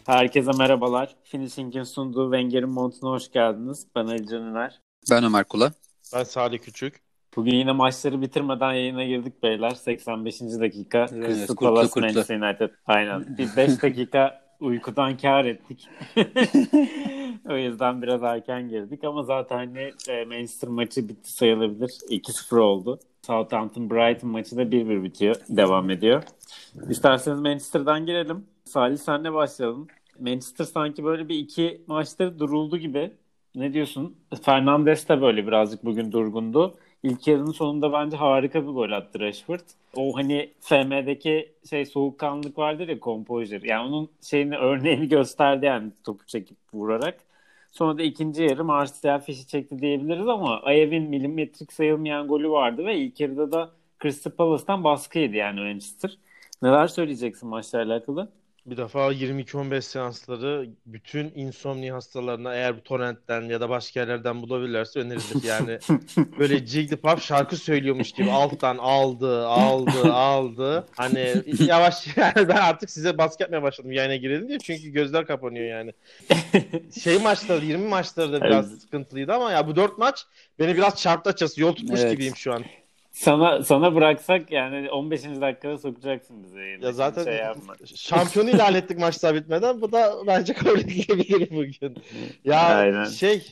Herkese merhabalar. Finishing'in sunduğu Wenger'in montuna hoş geldiniz. Ben Ali Can Üner. Ben Ömer Kula. Ben Salih Küçük. Bugün yine maçları bitirmeden yayına girdik beyler. 85. dakika. Evet, Crystal kurtlu Palace kurtlu. Manchester United. Aynen. Bir 5 dakika uykudan kâr ettik. O yüzden biraz erken girdik ama zaten hani Manchester maçı bitti sayılabilir. 2-0 oldu. Southampton Brighton maçı da 1-1 bitiyor. Devam ediyor. İsterseniz Manchester'dan girelim. Salih senle başlayalım. Manchester sanki böyle bir iki maçtır duruldu gibi. Ne diyorsun? Fernandes de böyle birazcık bugün durgundu. İlk yarının sonunda bence harika bir gol attı Rashford. O hani FM'deki soğukkanlılık vardır ya, composure. Yani onun örneğini gösterdi yani, topu çekip vurarak. Sonra da ikinci yarı Martial fişi çekti diyebiliriz ama Ayev'in milimetrik sayılmayan golü vardı ve ilk yarıda da Crystal Palace'tan baskıydı yani Manchester. Neler söyleyeceksin maçla alakalı? Bir defa 22-15 seansları bütün insomnia hastalarına eğer bu torrentten ya da başka yerlerden bulabilirlerse önerilir. Yani böyle Jigglypuff şarkı söylüyormuş gibi alttan aldı. Hani yavaş yani ben artık size baskı yapmaya başladım yayına girelim diye. Çünkü gözler kapanıyor yani. Maçları 20 maçları da biraz sıkıntılıydı ama ya bu 4 maç beni biraz çarptı açıkçası. Yol tutmuş gibiyim şu an. Sana bıraksak yani 15. dakikada sokacaksın bize. Ya zaten şampiyonu ilan ettik maçlar bitmeden. Bu da bence kabul edilebilir bugün. Ya aynen.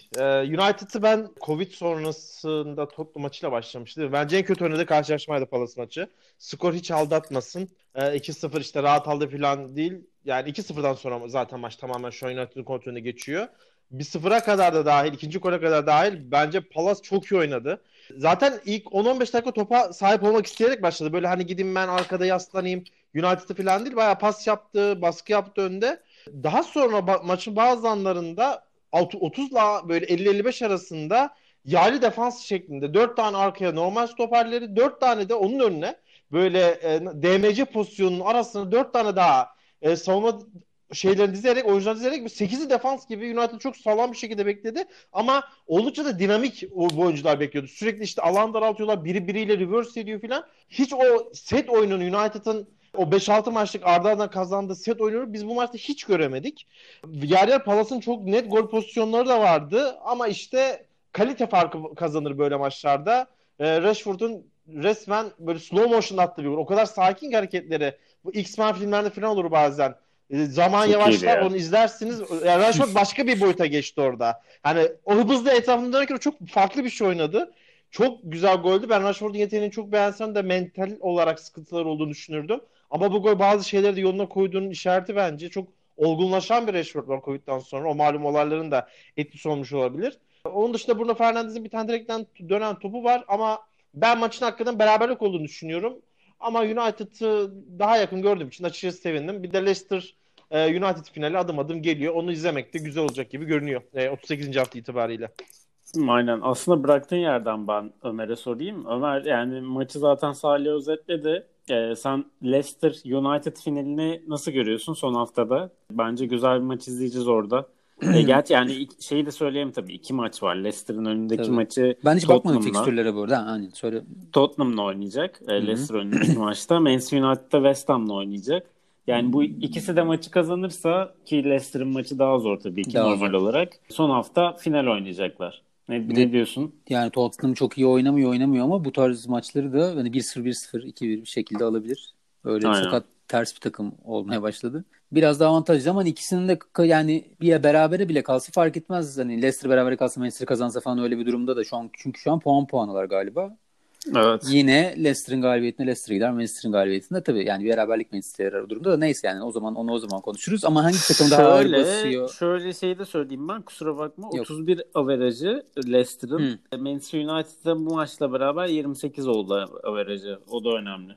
United'ı ben Covid sonrasında Tottenham maçıyla başlamıştı. Bence en kötü oynadığı karşılaşmaydı Palace maçı. Skor hiç aldatmasın. 2-0 işte rahat aldı falan değil. Yani 2-0'dan sonra zaten maç tamamen şu an United'ın kontrolüne geçiyor. 1-0'a kadar da dahil, ikinci gole kadar dahil bence Palace çok iyi oynadı. Zaten ilk 10-15 dakika topa sahip olmak isteyerek başladı. Böyle hani gideyim ben arkada yaslanayım United'ı falan değil. Bayağı pas yaptı, baskı yaptı önde. Daha sonra maçın bazı anlarında 30'la böyle 50-55 arasında yaylı defans şeklinde 4 tane arkaya normal stoperleri, 4 tane de onun önüne böyle DMC pozisyonunun arasına 4 tane daha savunma şeylerini dizerek, oyuncuları dizerek 8'i defans gibi United çok sağlam bir şekilde bekledi. Ama oldukça da dinamik bu oyuncular bekliyordu. Sürekli işte alan daraltıyorlar, biri biriyle reverse ediyor falan. Hiç o set oyununu United'ın o 5-6 maçlık ardı ardına kazandığı set oyununu biz bu maçta hiç göremedik. Yer yer Palace'ın çok net gol pozisyonları da vardı ama işte kalite farkı kazanır böyle maçlarda. Rashford'un resmen böyle slow motion attığı bir gol. O kadar sakin hareketleri. Bu X-Men filmlerinde falan olur bazen. Zaman çok yavaşlar onu izlersiniz. Yani Rashford başka bir boyuta geçti orada. Hani o hızlı etrafında dönerken çok farklı bir şey oynadı. Çok güzel goldü. Ben Rashford'un yeteneğini çok beğensem de mental olarak sıkıntıları olduğunu düşünürdüm. Ama bu gol bazı şeyleri de yoluna koyduğunun işareti bence. Çok olgunlaşan bir Rashford var Covid'den sonra. O malum olayların da etkisi olmuş olabilir. Onun dışında Bruno Fernandes'in bir tane direkten dönen topu var ama ben maçın hakikaten beraberlik olduğunu düşünüyorum. Ama United'ı daha yakın gördüğüm için açıkçası sevindim. Bir de Leicester United finali adım adım geliyor. Onu izlemek de güzel olacak gibi görünüyor. 38. hafta itibariyle. Aynen. Aslında bıraktığın yerden ben Ömer'e sorayım. Ömer, yani maçı zaten Salih özetledi. Sen Leicester United finalini nasıl görüyorsun son haftada? Bence güzel bir maç izleyeceğiz orada. Gerçi yani şeyi de söyleyeyim tabii. 2 maç var. Leicester'ın önündeki Tabii. maçı Ben hiç bakmadım Tottenham'la. fikstürlere bu arada. Aynen söyle. Tottenham'la oynayacak. Leicester önündeki maçta. Manchester United'da West Ham'la oynayacak. Yani bu ikisi de maçı kazanırsa, ki Leicester'ın maçı daha zor tabii ki Daha normal zor. olarak, son hafta final oynayacaklar. Ne diyorsun? Yani Tottenham çok iyi oynamıyor ama bu tarz maçları da hani 1-0, 1-0, 2-1 bir şekilde alabilir. Öyle Aynen. fakat ters bir takım olmaya başladı. Biraz daha avantajlı ama ikisinin de yani bir berabere bile kalsa fark etmez. Hani Leicester berabere kalsa, Manchester kazansa falan öyle bir durumda da çünkü şu an puanlar galiba. Evet. Yine Leicester'ın galibiyetine Leicester gider. Manchester'ın galibiyetinde tabii yani bir beraberlik Manchester'e yarar o durumda da, neyse yani o zaman konuşuruz. Ama hangi takım daha ağır basıyor? Şöyle şey de söyleyeyim ben, kusura bakma. Yok. 31 averajı Leicester'ın. Manchester United'da bu maçla beraber 28 oldu averajı. O da önemli.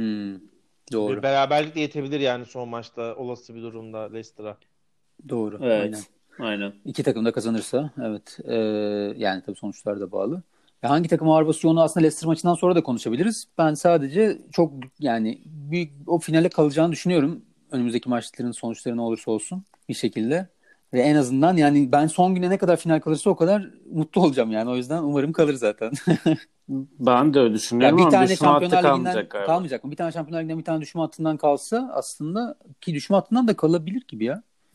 Doğru. Bir beraberlik de yetebilir yani son maçta olası bir durumda Leicester'a. Doğru. Evet. Aynen. İki takım da kazanırsa evet. Yani tabii sonuçlar da bağlı. Hangi takım ağır basıyor onu aslında Leicester maçından sonra da konuşabiliriz. Ben sadece çok yani büyük o finale kalacağını düşünüyorum. Önümüzdeki maçların sonuçları ne olursa olsun bir şekilde. Ve en azından yani ben son güne ne kadar final kalırsa o kadar mutlu olacağım yani. O yüzden umarım kalır zaten. Ben de öyle düşünüyorum Bir ama tane düşme hattı Şampiyonlar Ligi'nden kalmayacak galiba. kalmayacak mı? Bir tane Şampiyonlar Ligi'nden bir tane düşme hattından kalsa aslında, ki düşme hattından da kalabilir gibi ya.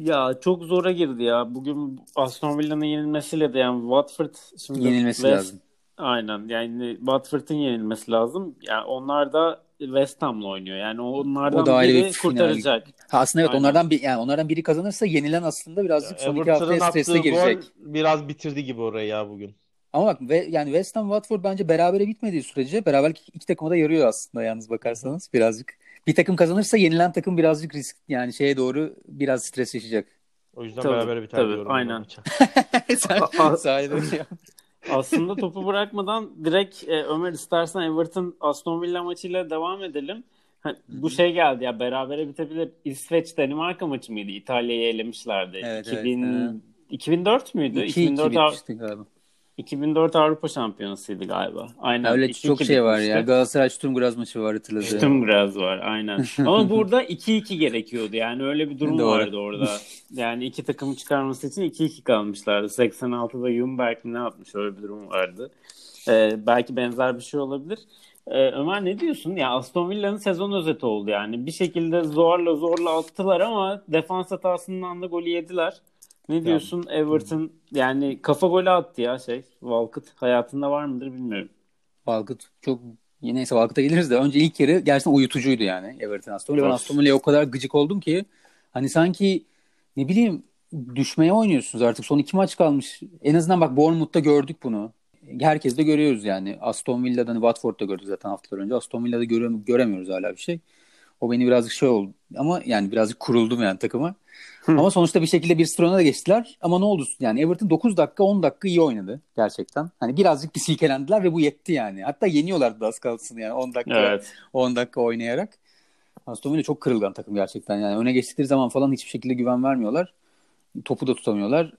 Ya çok zora girdi ya. Bugün Aston Villa'nın yenilmesiyle de yani Watford şimdi Yenilmesi lazım. Aynen yani Watford'ın yenilmesi lazım. Yani onlar da West Ham'la oynuyor. Yani O da onlardan ayrı bir biri final. kurtaracak. Ha, aslında evet, Aynen. onlardan biri kazanırsa yenilen aslında Ya birazcık son iki Everton'ın haftaya strese attığı gol girecek. biraz bitirdi gibi orayı ya bugün. Ama bak yani West Ham Watford bence berabere bitmediği sürece beraberlik iki takıma da yarıyor aslında yalnız Hı hı. bakarsanız birazcık. Bir takım kazanırsa yenilen takım birazcık risk yani şeye doğru biraz stres yaşayacak. O yüzden Tabii berabere biter tabii diyorum ben o aynen. maça. Sen A- a- sahiden öyle yap. Aslında topu bırakmadan direkt Ömer istersen Everton Aston Villa maçıyla devam edelim. Hı Bu hı. şey geldi ya berabere bitebilir. İsveç Danimarka maçı mıydı? İtalya'yı elemişlerdi. Evet evet. Aha. 2004 müydü? 2-2 bitmişti galiba. 2004 Avrupa Şampiyonası'ydı galiba. Ha, Aynen öyle çok 2-2 şey var ya. bitmişti. Galatasaray Sturm Graz maçı var hatırladığım. Oo. Sturm var aynen. Ama burada 2-2 gerekiyordu. Yani öyle bir durum Doğru. vardı orada. Yani iki takımı çıkarması için 2-2 kalmışlardı. 86'da Ljungberg mi ne atmış öyle bir durum vardı. Belki benzer bir şey olabilir. Ömer ne diyorsun? Ya Aston Villa'nın sezon özeti oldu yani. Bir şekilde zorla attılar ama defans hatasından da golü yediler. Ne Ya diyorsun Everton yani kafa golü attı ya Walcott hayatında var mıdır bilmiyorum. Walcott çok neyse Walcott'a geliriz de önce ilk yarı gerçekten uyutucuydu yani Everton Aston Villa. Ben Aston Of. Villa'ya o kadar gıcık oldum ki hani sanki ne bileyim düşmeye oynuyorsunuz artık. Son iki maç kalmış. En azından bak Bournemouth'ta gördük bunu. Herkes de görüyoruz yani. Aston Villa'dan Watford'da gördük zaten haftalar önce. Aston Villa'da göremiyoruz hala bir şey. O beni birazcık şey oldu. Ama yani birazcık kuruldum yani takıma. Ama sonuçta bir şekilde 1-0 öne de geçtiler. Ama ne oldu? Yani Everton 9 dakika 10 dakika iyi oynadı gerçekten. Hani birazcık bir silkelendiler ve bu yetti yani. Hatta yeniyorlardı da az kalsın yani 10 dakika oynayarak. Aston Villa çok kırılgan takım gerçekten yani. Öne geçtikleri zaman falan hiçbir şekilde güven vermiyorlar. Topu da tutamıyorlar.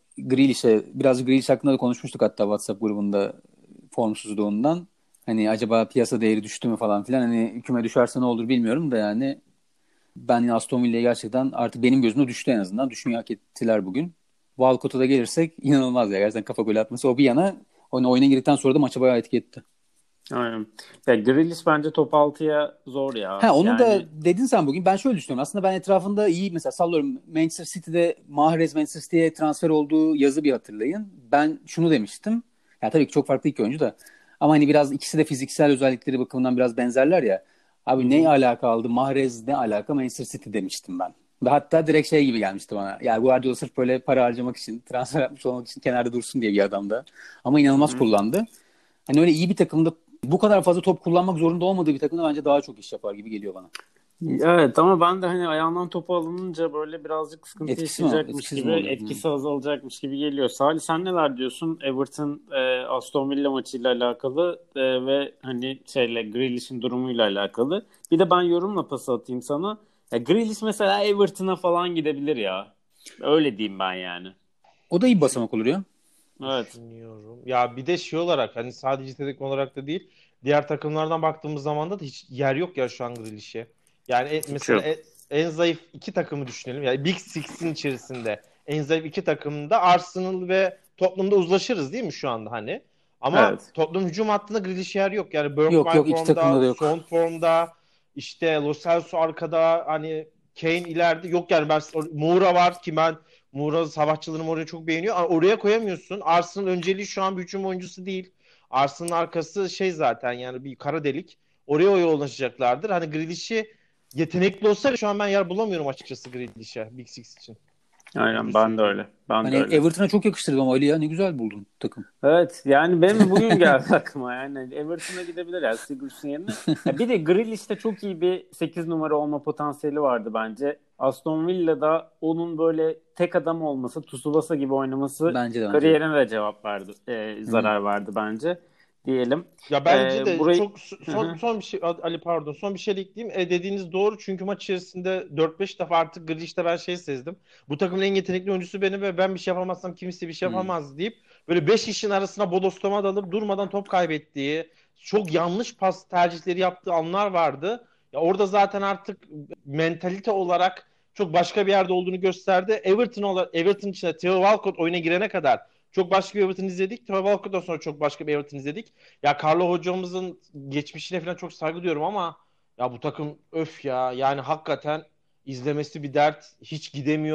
Grealish hakkında da konuşmuştuk hatta WhatsApp grubunda formsuzluğundan. Hani acaba piyasa değeri düştü mü falan filan. Hani küme düşerse ne olur bilmiyorum da yani ben yine Aston Villa'ya gerçekten artık benim gözümde düştü en azından. Düşmeyi hak ettiler bugün. Walcott'a da gelirsek inanılmaz ya. Gerçekten kafa golü atması. O bir yana oyuna girdikten sonra da maça bayağı etki etti. Aynen. Ya Grealish bence top 6'ya zor ya. Ha onu da Yani dedin sen bugün. Ben şöyle düşünüyorum. Aslında ben etrafında iyi mesela sallıyorum Manchester City'de Mahrez Manchester City'ye transfer olduğu yazı bir hatırlayın. Ben şunu demiştim. Ya tabii ki çok farklı iki oyuncu da. Ama hani biraz ikisi de fiziksel özellikleri bakımından biraz benzerler ya. Hı Abi ne hı. alaka aldı? Mahrez ne alaka Manchester City demiştim ben. Ve hatta direkt şey gibi gelmişti bana. Ya Guardiola sırf böyle para harcamak için, transfer yapmış olmak için kenarda dursun diye bir adamda. Ama hı inanılmaz hı. kullandı. Hani öyle iyi bir takımda bu kadar fazla top kullanmak zorunda olmadığı bir takımda bence daha çok iş yapar gibi geliyor bana. Evet ama ben de hani ayağından topu alınınca böyle birazcık sıkıntı Etkisi mi? yaşayacakmış Etkisiz mi gibi, oluyor? etkisi azalacakmış gibi geliyor. Salih sen neler diyorsun Everton Aston Villa maçıyla alakalı ve hani Grealish'in durumuyla alakalı. Bir de ben yorumla pas atayım sana. Ya Grealish mesela Everton'a falan gidebilir ya. Öyle diyeyim ben yani. O da iyi bir Düşün, basamak olur ya. Evet. düşünüyorum. Ya bir de şey olarak hani sadece nitelik olarak da değil, diğer takımlardan baktığımız zaman da hiç yer yok ya şu an Grealish'e. Yani Hiç mesela yok. en zayıf iki takımı düşünelim. Yani Big Six'in içerisinde en zayıf iki takımda Arsenal ve Tottenham'da uzlaşırız değil mi şu anda hani? Ama Evet. Tottenham hücum hattında Grealish yer yok. Yani Yok Bergwijn yok iki takımda formda, da Son yok. formda, işte Lo Celso arkada, hani Kane ileride yok yani. Moura var ki ben Moura savaşçılığını oraya çok beğeniyor. Oraya koyamıyorsun. Arsenal önceliği şu an bir hücum oyuncusu değil. Arsenal'ın arkası şey zaten yani bir kara delik. Oraya yoğunlaşacaklardır. Hani Grealish'i yetenekli olsa şu an ben yer bulamıyorum açıkçası Grealish'e Big Six için. Öyle Aynen ben de söyleyeyim. öyle. Ben Hani de öyle. Everton'a çok yakıştırdım ama Ali ya ne güzel buldun takım. Evet yani benim bugün geldi aklıma yani Everton'a gidebilir ya Sigurdsson yerine. Ya bir de Grealish'te çok iyi bir 8 numara olma potansiyeli vardı bence. Aston Villa'da onun böyle tek adam olması, Tsubasa gibi oynaması Bence de. kariyerine de cevap verdi, Hı-hı. zarar verdi bence diyelim. Ya bence de Burayı çok Hı son hı. son bir şey Ali pardon son bir şey ekleyeyim. Dediğiniz doğru çünkü maç içerisinde 4-5 defa artık Grealish'te ben şey sezdim. Bu takımın en yetenekli oyuncusu benim ve ben bir şey yapamazsam kimse bir şey Hı. yapamaz deyip böyle 5 kişinin arasına bodoslama dalıp durmadan top kaybettiği, çok yanlış pas tercihleri yaptığı anlar vardı. Ya orada zaten artık mentalite olarak çok başka bir yerde olduğunu gösterdi. Everton içinde Theo Walcott oyuna girene kadar çok başka bir Everton izledik. Theo Walcott'tan sonra çok başka bir Everton izledik. Ya Carlo hocamızın geçmişine falan çok saygı duyuyorum ama ya bu takım öf ya. Yani hakikaten izlemesi bir dert. Hiç gidemiyor.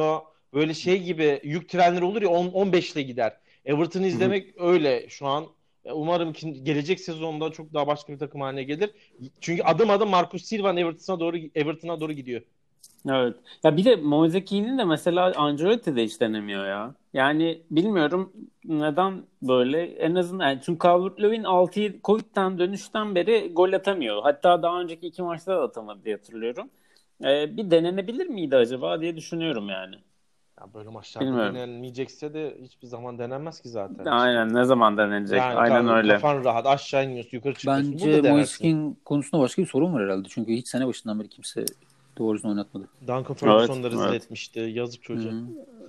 böyle şey gibi yük trenleri olur ya 10-15 ile gider. Everton'ı Hı hı. izlemek öyle şu an. Umarım ki gelecek sezonda çok daha başka bir takım haline gelir. Çünkü adım adım Marcus Silva Everton'a doğru gidiyor. Evet. Ya bir de Moise Kean'in de mesela Ancelotti de hiç denemiyor ya. Yani bilmiyorum neden böyle. En azından yani çünkü Calvert-Lewin 6 Covid'den dönüşten beri gol atamıyor. Hatta daha önceki 2 maçta da atamadı diye hatırlıyorum. Bir denenebilir miydi acaba diye düşünüyorum yani. Ya böyle maçlarda Bilmiyorum. denenmeyecekse de hiçbir zaman denenmez ki zaten. Aynen, ne zaman denenecek? Yani Aynen öyle. kafan rahat aşağı iniyorsun yukarı çıkıyorsun. Bence Burada Moise denersin. Kean konusunda başka bir sorun var herhalde. Çünkü hiç sene başından beri kimse doğru düzgün oynatmadı. Duncan Evet, Ferguson da rezil evet. etmişti. Yazık Hı çocuğa. hı.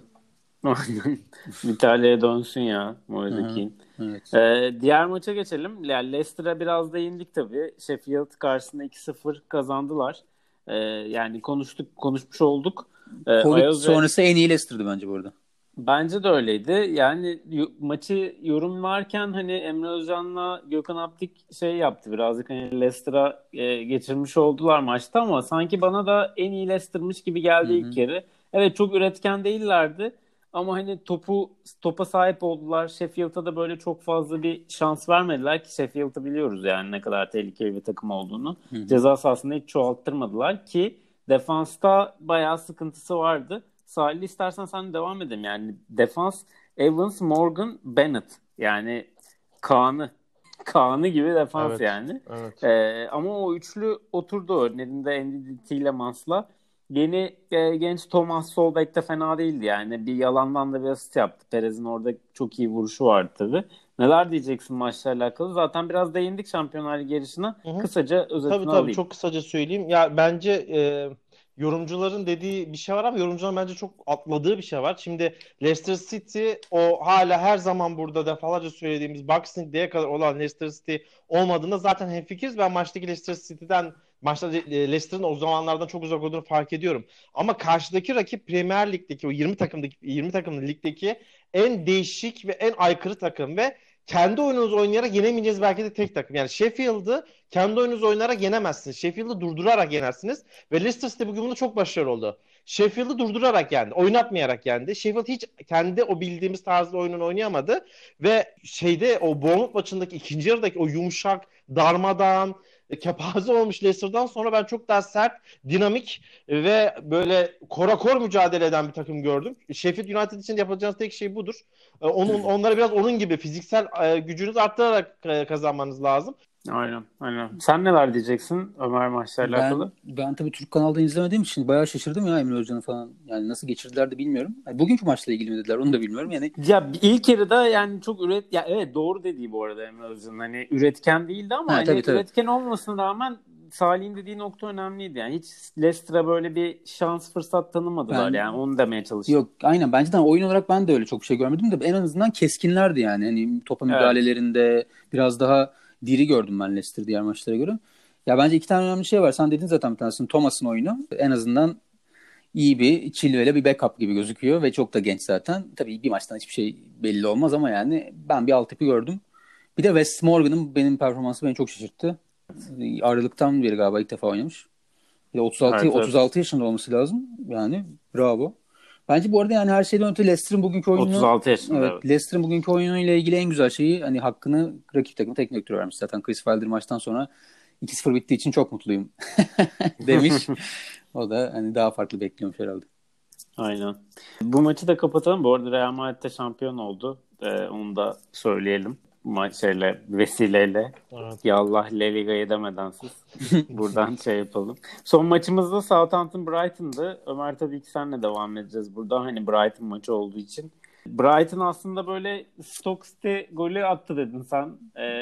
Aynen. İtalya'ya dönsün ya Moise Hı. Kean. Evet. Diğer maça geçelim. Yani Leicester'a biraz değindik tabii. Sheffield karşısında 2-0 kazandılar. Yani konuşmuş olduk. Covid Ayaz ve sonrası en iyi Leicester'dı bence bu arada. bence de öyleydi. Yani maçı yorumlarken hani Emre Özcan'la Gökhan Aptik şey yaptı. Birazcık hani Leicester'a geçirmiş oldular maçta ama sanki bana da en iyi Leicester'mış gibi Hı geldi ilk hı. yarı. Evet, çok üretken değillerdi. Ama hani topa sahip oldular. Sheffield'a da böyle çok fazla bir şans vermediler ki Sheffield'ı biliyoruz yani ne kadar tehlikeli bir takım olduğunu. Hı hı. Ceza sahasında hiç çoğalttırmadılar ki defansta bayağı sıkıntısı vardı. Salih, istersen sen devam edelim. Yani defans Evans, Morgan, Bennett. Yani Kaan'ı. Kaan'ı gibi defans Evet. yani. Evet. Ama o üçlü oturdu. Önlerinde Ndidi Tielemans'la. Yeni genç Thomas Solbeck de fena değildi yani. Bir yalandan da bir asist yaptı. Perez'in orada çok iyi vuruşu vardı tabii. Neler diyeceksin maçla alakalı? Zaten biraz değindik Şampiyonlar Ligi yarışına. Hı hı. Kısaca Tabii özetini tabii alayım. çok kısaca söyleyeyim. Ya bence yorumcuların dediği bir şey var ama yorumcuların bence çok atladığı bir şey var. Şimdi Leicester City o hala her zaman burada defalarca söylediğimiz Boxing Day'e kadar olan Leicester City olmadığında zaten hemfikiriz. Ben maçtaki Leicester'ın o zamanlardan çok uzak olduğunu fark ediyorum. Ama karşıdaki rakip Premier Lig'deki o 20 takımlı ligdeki en değişik ve en aykırı takım ve kendi oyununuzu oynayarak yenemeyeceğiz belki de tek takım. Yani Sheffield'ı kendi oyununuzu oynayarak yenemezsiniz. Sheffield'ı durdurarak yenersiniz. Ve Leicester City bugün bunda çok başarılı oldu. Sheffield'ı durdurarak yendi. Oynatmayarak yendi. Sheffield hiç kendi o bildiğimiz tarzda oyununu oynayamadı. Ve o Bournemouth maçındaki ikinci yarıdaki o yumuşak, darmadağın, kepaze olmuş Leicester'dan sonra ben çok daha sert, dinamik ve böyle korakor mücadele eden bir takım gördüm. Sheffield United için yapacağınız tek şey budur. Onlara biraz onun gibi fiziksel gücünüzü arttırarak kazanmanız lazım. Aynen, aynen. Sen neler diyeceksin Ömer maçla alakalı? Ben tabii Türk kanalda izlemediğim için bayağı şaşırdım ya Emre Özcan'ı falan. Yani nasıl geçirdiler de bilmiyorum. Yani bugünkü maçla ilgili mi dediler onu da bilmiyorum. Yani Ya ilk yarıda yani çok ya evet, doğru dediği bu arada Emre Özcan. Hani üretken değildi ama ha, tabii hani tabii. üretken olmasına rağmen Salih'in dediği nokta önemliydi. Yani hiç Leicester'a böyle bir şans fırsat tanımadılar Ben yani onu demeye çalıştım. yok aynen bence de oyun olarak ben de öyle çok bir şey görmedim de en azından keskinlerdi yani. Hani topa Evet. müdahalelerinde biraz daha diri gördüm ben Leicester diğer maçlara göre. Ya bence iki tane önemli şey var. Sen dedin zaten bir tanesini Thomas'ın oyunu. En azından iyi bir Chilwell'e bir backup gibi gözüküyor ve çok da genç zaten. Tabii bir maçtan hiçbir şey belli olmaz ama yani ben bir altyapı gördüm. Bir de Wes Morgan'ın benim performansı beni çok şaşırttı. Aralıktan beri galiba ilk defa oynamış. Bir de 36 Evet, evet. 36 yaşında olması lazım. Yani bravo. Bence bu arada yani her şeyden öte Leicester'ın bugünkü oyunu 36 yaşında, evet evet. Leicester'ın bugünkü oyunuyla ilgili en güzel şeyi hani hakkını rakip takımı teknik direktörü vermiş. Zaten Chris Wilder maçtan sonra 2-0 bittiği için çok mutluyum demiş. O da hani daha farklı bekliyormuş herhalde. Aynen. Bu maçı da kapatalım. Bu arada Real Madrid de şampiyon oldu. Onu da söyleyelim. Bu vesileyle. Evet. Ya Allah, La Liga'yı demeden siz. Buradan şey yapalım. Son maçımızda Southampton Brighton'dı. Ömer, tabii ki senle devam edeceğiz burada. Hani Brighton maçı olduğu için. Brighton aslında böyle Stoke City golü attı dedin sen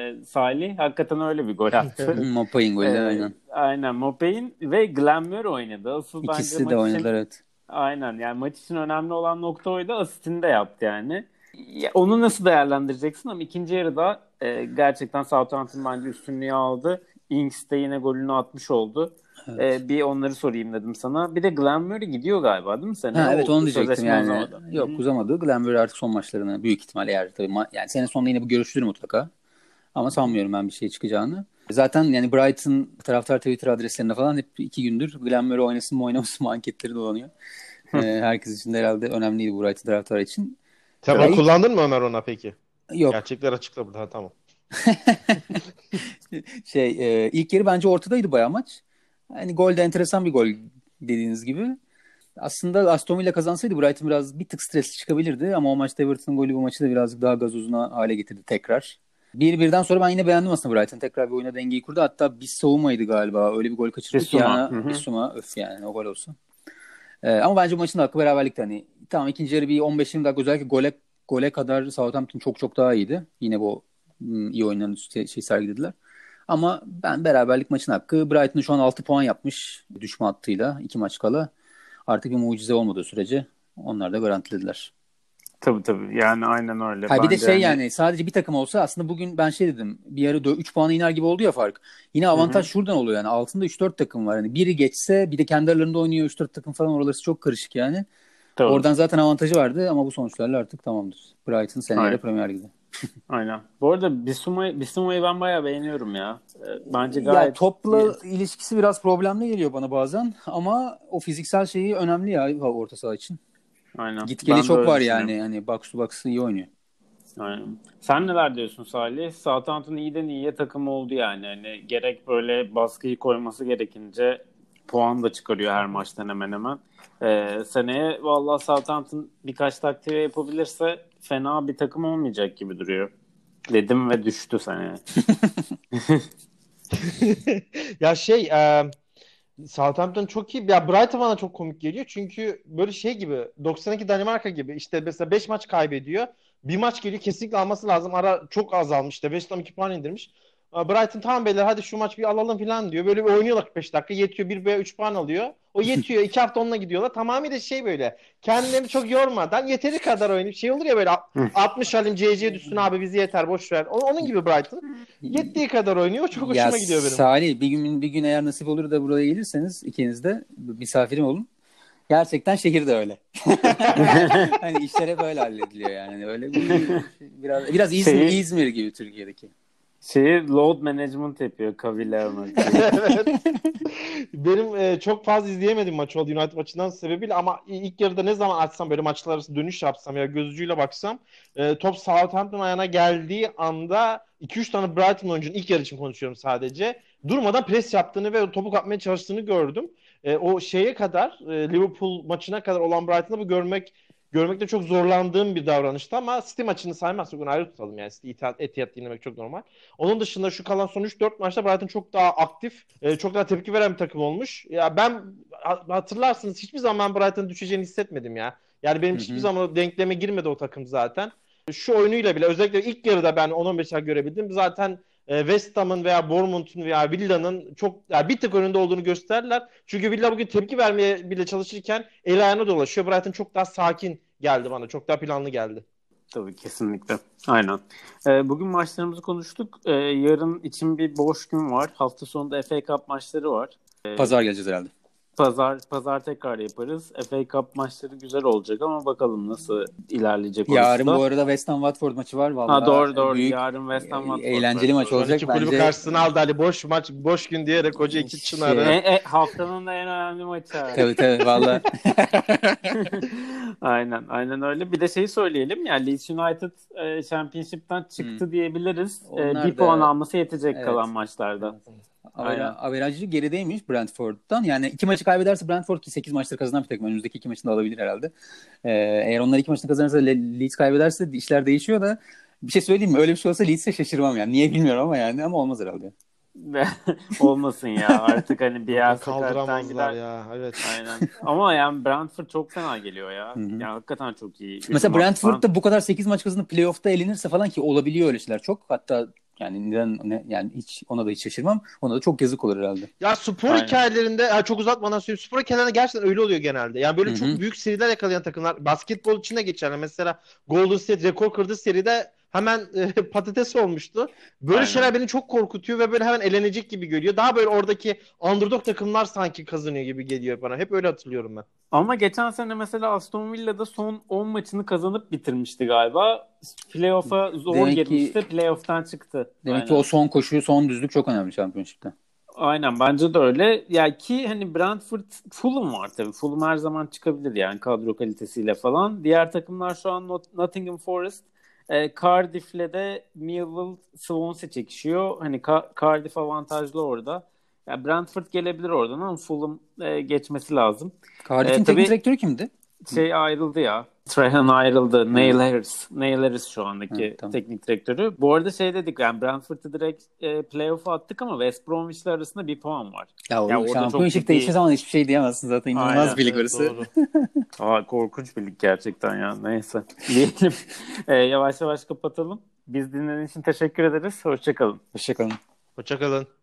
Salih. Hakikaten öyle bir gol attı. Mopay'ın golü aynen. Aynen, Maupay'in ve Glenn Murray oynadı. Asıl bence İkisi de maç oynadılar için evet. aynen yani maç için önemli olan nokta oydu. Asistini de yaptı yani. Ya, onu nasıl değerlendireceksin? Ama ikinci yarıda gerçekten Southampton bence üstünlüğü aldı. Ings de yine golünü atmış oldu. Evet. Bir onları sorayım dedim sana. Bir de Glenn Murray gidiyor galiba değil mi seneye? Ha evet O onu diyecektim sözleşme yani. uzamadı. Yok uzamadı. Glenn Murray artık son maçlarını büyük ihtimalle eğer tabii yani sene sonunda yine bu görüşülür mutlaka. Ama sanmıyorum ben bir şey çıkacağını. Zaten yani Brighton taraftar Twitter adreslerinde falan hep 2 gündür Glenn Murray oynasın mı oynamasın mı anketleri dolanıyor. Herkes için de herhalde önemliydi bu Brighton taraftarı için. Sen onu kullandın mı Ömer ona peki? Yok. Gerçekler açıkla burada. Ha, tamam. İlk yarı bence ortadaydı bayağı maç. Hani gol de enteresan bir gol dediğiniz gibi. Aslında Aston Villa kazansaydı Brighton biraz bir tık stresli çıkabilirdi ama o maçta Everton'un golü bu maçı da birazcık daha gazozuna hale getirdi tekrar. 1-1'den sonra ben yine beğendim aslında Brighton. Tekrar bir oyuna dengeyi kurdu. Hatta bir savunmaydı galiba. Öyle bir gol kaçırdık yani. Bissouma öf yani o gol olsun. Ama bence bu maçın da hakkı beraberlikti. Hani tamam ikinci yarı bir 15-20 dakika özellikle gole kadar Southampton çok çok daha iyiydi. Yine bu iyi oynanan sergilediler. Ama ben beraberlik maçın hakkı. Brighton şu an 6 puan yapmış düşme hattıyla 2 maç kala. Artık bir mucize olmadığı sürece onlar da garantilediler. Tabii. Yani aynen öyle. Bir de yani sadece bir takım olsa aslında bugün ben dedim. Bir ara 3 puana iner gibi oldu ya fark. Yine avantaj şuradan oluyor yani. Altında 3-4 takım var. Yani biri geçse bir de kendi aralarında oynuyor 3-4 takım falan orası çok karışık yani. Tabii. Oradan zaten avantajı vardı ama bu sonuçlarla artık tamamdır. Brighton seneye Premier Lig'de. Aynen. Bu arada Bissouma'yı ben bayağı beğeniyorum ya. Bence gayet... Ya topla ilişkisi biraz problemli geliyor bana bazen ama o fiziksel şeyi önemli ya orta saha için. Aynen. Git geli çok var yani. Hani box to box iyi oynuyor. Aynen. Sen neler diyorsun Salih? Southampton iyiden iyiye takım oldu yani. Hani gerek böyle baskıyı koyması gerekince puan da çıkarıyor her maçtan hemen hemen. Seneye vallahi Southampton birkaç taktiği yapabilirse fena bir takım olmayacak gibi duruyor. Dedim ve düştü seneye. Ya Southampton çok iyi. Ya Brighton bana çok komik geliyor. Çünkü böyle gibi 92 Danimarka gibi işte mesela 5 maç kaybediyor. Bir maç geliyor kesinlikle alması lazım. Ara çok azalmış işte. West Ham 2 puan indirmiş. Brighton tamam beyler hadi şu maç bir alalım falan diyor. Böyle bir oynuyorlar 45 dakika. Yetiyor 1 veya 3 puan alıyor. O yetiyor. 2 hafta onunla gidiyorlar. Tamamıyla böyle. Kendilerini çok yormadan yeteri kadar oynayıp olur ya böyle 60 halim CC düşsün abi bizi yeter boş ver. Onun gibi Brighton. Yettiği kadar oynuyor. Çok hoşuma gidiyor benim. Salih bir gün eğer nasip olur da buraya gelirseniz ikiniz de misafirim olun. Gerçekten şehir de öyle. Hani işler hep öyle hallediliyor yani. Öyle biraz İzmir gibi Türkiye'deki. Load management yapıyor Kavile. Evet. Benim çok fazla izleyemedim maçı oldu United maçından sebebiyle ama ilk yarıda ne zaman açsam böyle maçlar arası dönüş yapsam ya göz ucuyla baksam top Southampton ayağına geldiği anda 2-3 tane Brighton oyuncunun ilk yarı için konuşuyorum sadece. Durmadan pres yaptığını ve topu kapmaya çalıştığını gördüm. O kadar Liverpool maçına kadar olan Brighton'da bu görmekte çok zorlandığım bir davranıştı ama City maçını saymazsak onu ayrı tutalım yani. City Etihad dinlemek çok normal. Onun dışında şu kalan son 3-4 maçta Brighton çok daha aktif, çok daha tepki veren bir takım olmuş. Ya ben hatırlarsınız hiçbir zaman Brighton'ın düşeceğini hissetmedim ya. Yani benim hiçbir zaman o denkleme girmedi o takım zaten. Şu oyunuyla bile özellikle ilk yarıda ben 10-15'er görebildim. Zaten West Ham'ın veya Bournemouth'un veya Villa'nın çok bir tık önünde olduğunu gösterdiler. Çünkü Villa bugün tepki vermeye bile çalışırken el ayağına dolaşıyor. Brighton çok daha sakin geldi bana. Çok daha planlı geldi. Tabii kesinlikle. Aynen. Bugün maçlarımızı konuştuk. Yarın için bir boş gün var. Hafta sonunda FA Cup maçları var. Pazar geleceğiz herhalde. Pazar tekrar yaparız. FA Cup maçları güzel olacak ama bakalım nasıl ilerleyecek orası. Yarın bu arada West Ham Watford maçı var vallahi. Doğru. Büyük, yarın West Ham Watford. Eğlenceli maç olacak bence. Kulübü karşısına aldı Ali boş gün diyerek koca iki çınarı. Haftanın da en önemli maçı. Tabii vallahi. Aynen öyle. Bir de söyleyelim yani Leeds United Championship'ten çıktı diyebiliriz. Bir puan alması yetecek kalan maçlarda. Averajı gerideymiş Brentford'dan. Yani 2 maçı kaybederse Brentford ki 8 maçtır kazanan bir takım. Önümüzdeki 2 maçını da alabilir herhalde. Eğer onlar 2 maçını kazanırsa Leeds kaybederse işler değişiyor da bir şey söyleyeyim mi? Öyle bir şey olsa Leeds'e şaşırmam yani. Niye bilmiyorum ama olmaz herhalde. Olmasın ya artık hani bir yer kaldıramazlar ya. Evet. Aynen. Ama yani Brentford çok fena geliyor ya. Yani hakikaten çok iyi. Mesela Brentford'da bu kadar 8 maç kazanıp playoff'ta elenirse falan ki olabiliyor öyle şeyler çok. Hatta yani yani hiç ona da hiç şaşırmam. Ona da çok yazık olur herhalde. Ya spor hikayelerinde çok uzatmadan söyleyeyim. Spor hikayelerinde gerçekten öyle oluyor genelde. Yani böyle çok büyük seriler yakalayan takımlar basketbol için de geçerli. Mesela Golden State rekor kırdığı seride hemen patates olmuştu. Böyle şeyler beni çok korkutuyor ve böyle hemen elenecek gibi geliyor. Daha böyle oradaki underdog takımlar sanki kazanıyor gibi geliyor bana. Hep öyle hatırlıyorum ben. Ama geçen sene mesela Aston Villa'da son 10 maçını kazanıp bitirmişti galiba. Playoff'a zor girmişti. Playoff'tan çıktı. Demek ki o son koşu, son düzlük çok önemli Championship'te. Aynen bence de öyle. Ya ki hani Brentford, Fulham var tabii. Fulham her zaman çıkabilir yani kadro kalitesiyle falan. Diğer takımlar şu an Nottingham Forest, Cardiff'le de Millwall, Swansea çekişiyor. Hani Cardiff avantajlı orada. Ya Brentford gelebilir oradan ama Fulham geçmesi lazım. Cardiff'in teknik Tabii direktörü kimdi? ayrıldı ya. Trahan ayrıldı. Neil Hmm. Harris. Neil Harris şu Ha, andaki tamam. teknik direktörü. Bu arada dedik yani Brentford'u direkt playoff'a attık ama West Bromwich'le arasında bir puan var. Ya Ya o orada çok Championship'te hiçbir ciddi. zaman hiçbir şey diyemezsin zaten. İnanılmaz Aynen. bir lig Evet, orası. doğru. Korkunç bir lig gerçekten ya. Neyse. Diyelim. Yavaş yavaş kapatalım. Biz dinlediğiniz için teşekkür ederiz. Hoşça kalın. Hoşçakalın. Hoşça kalın.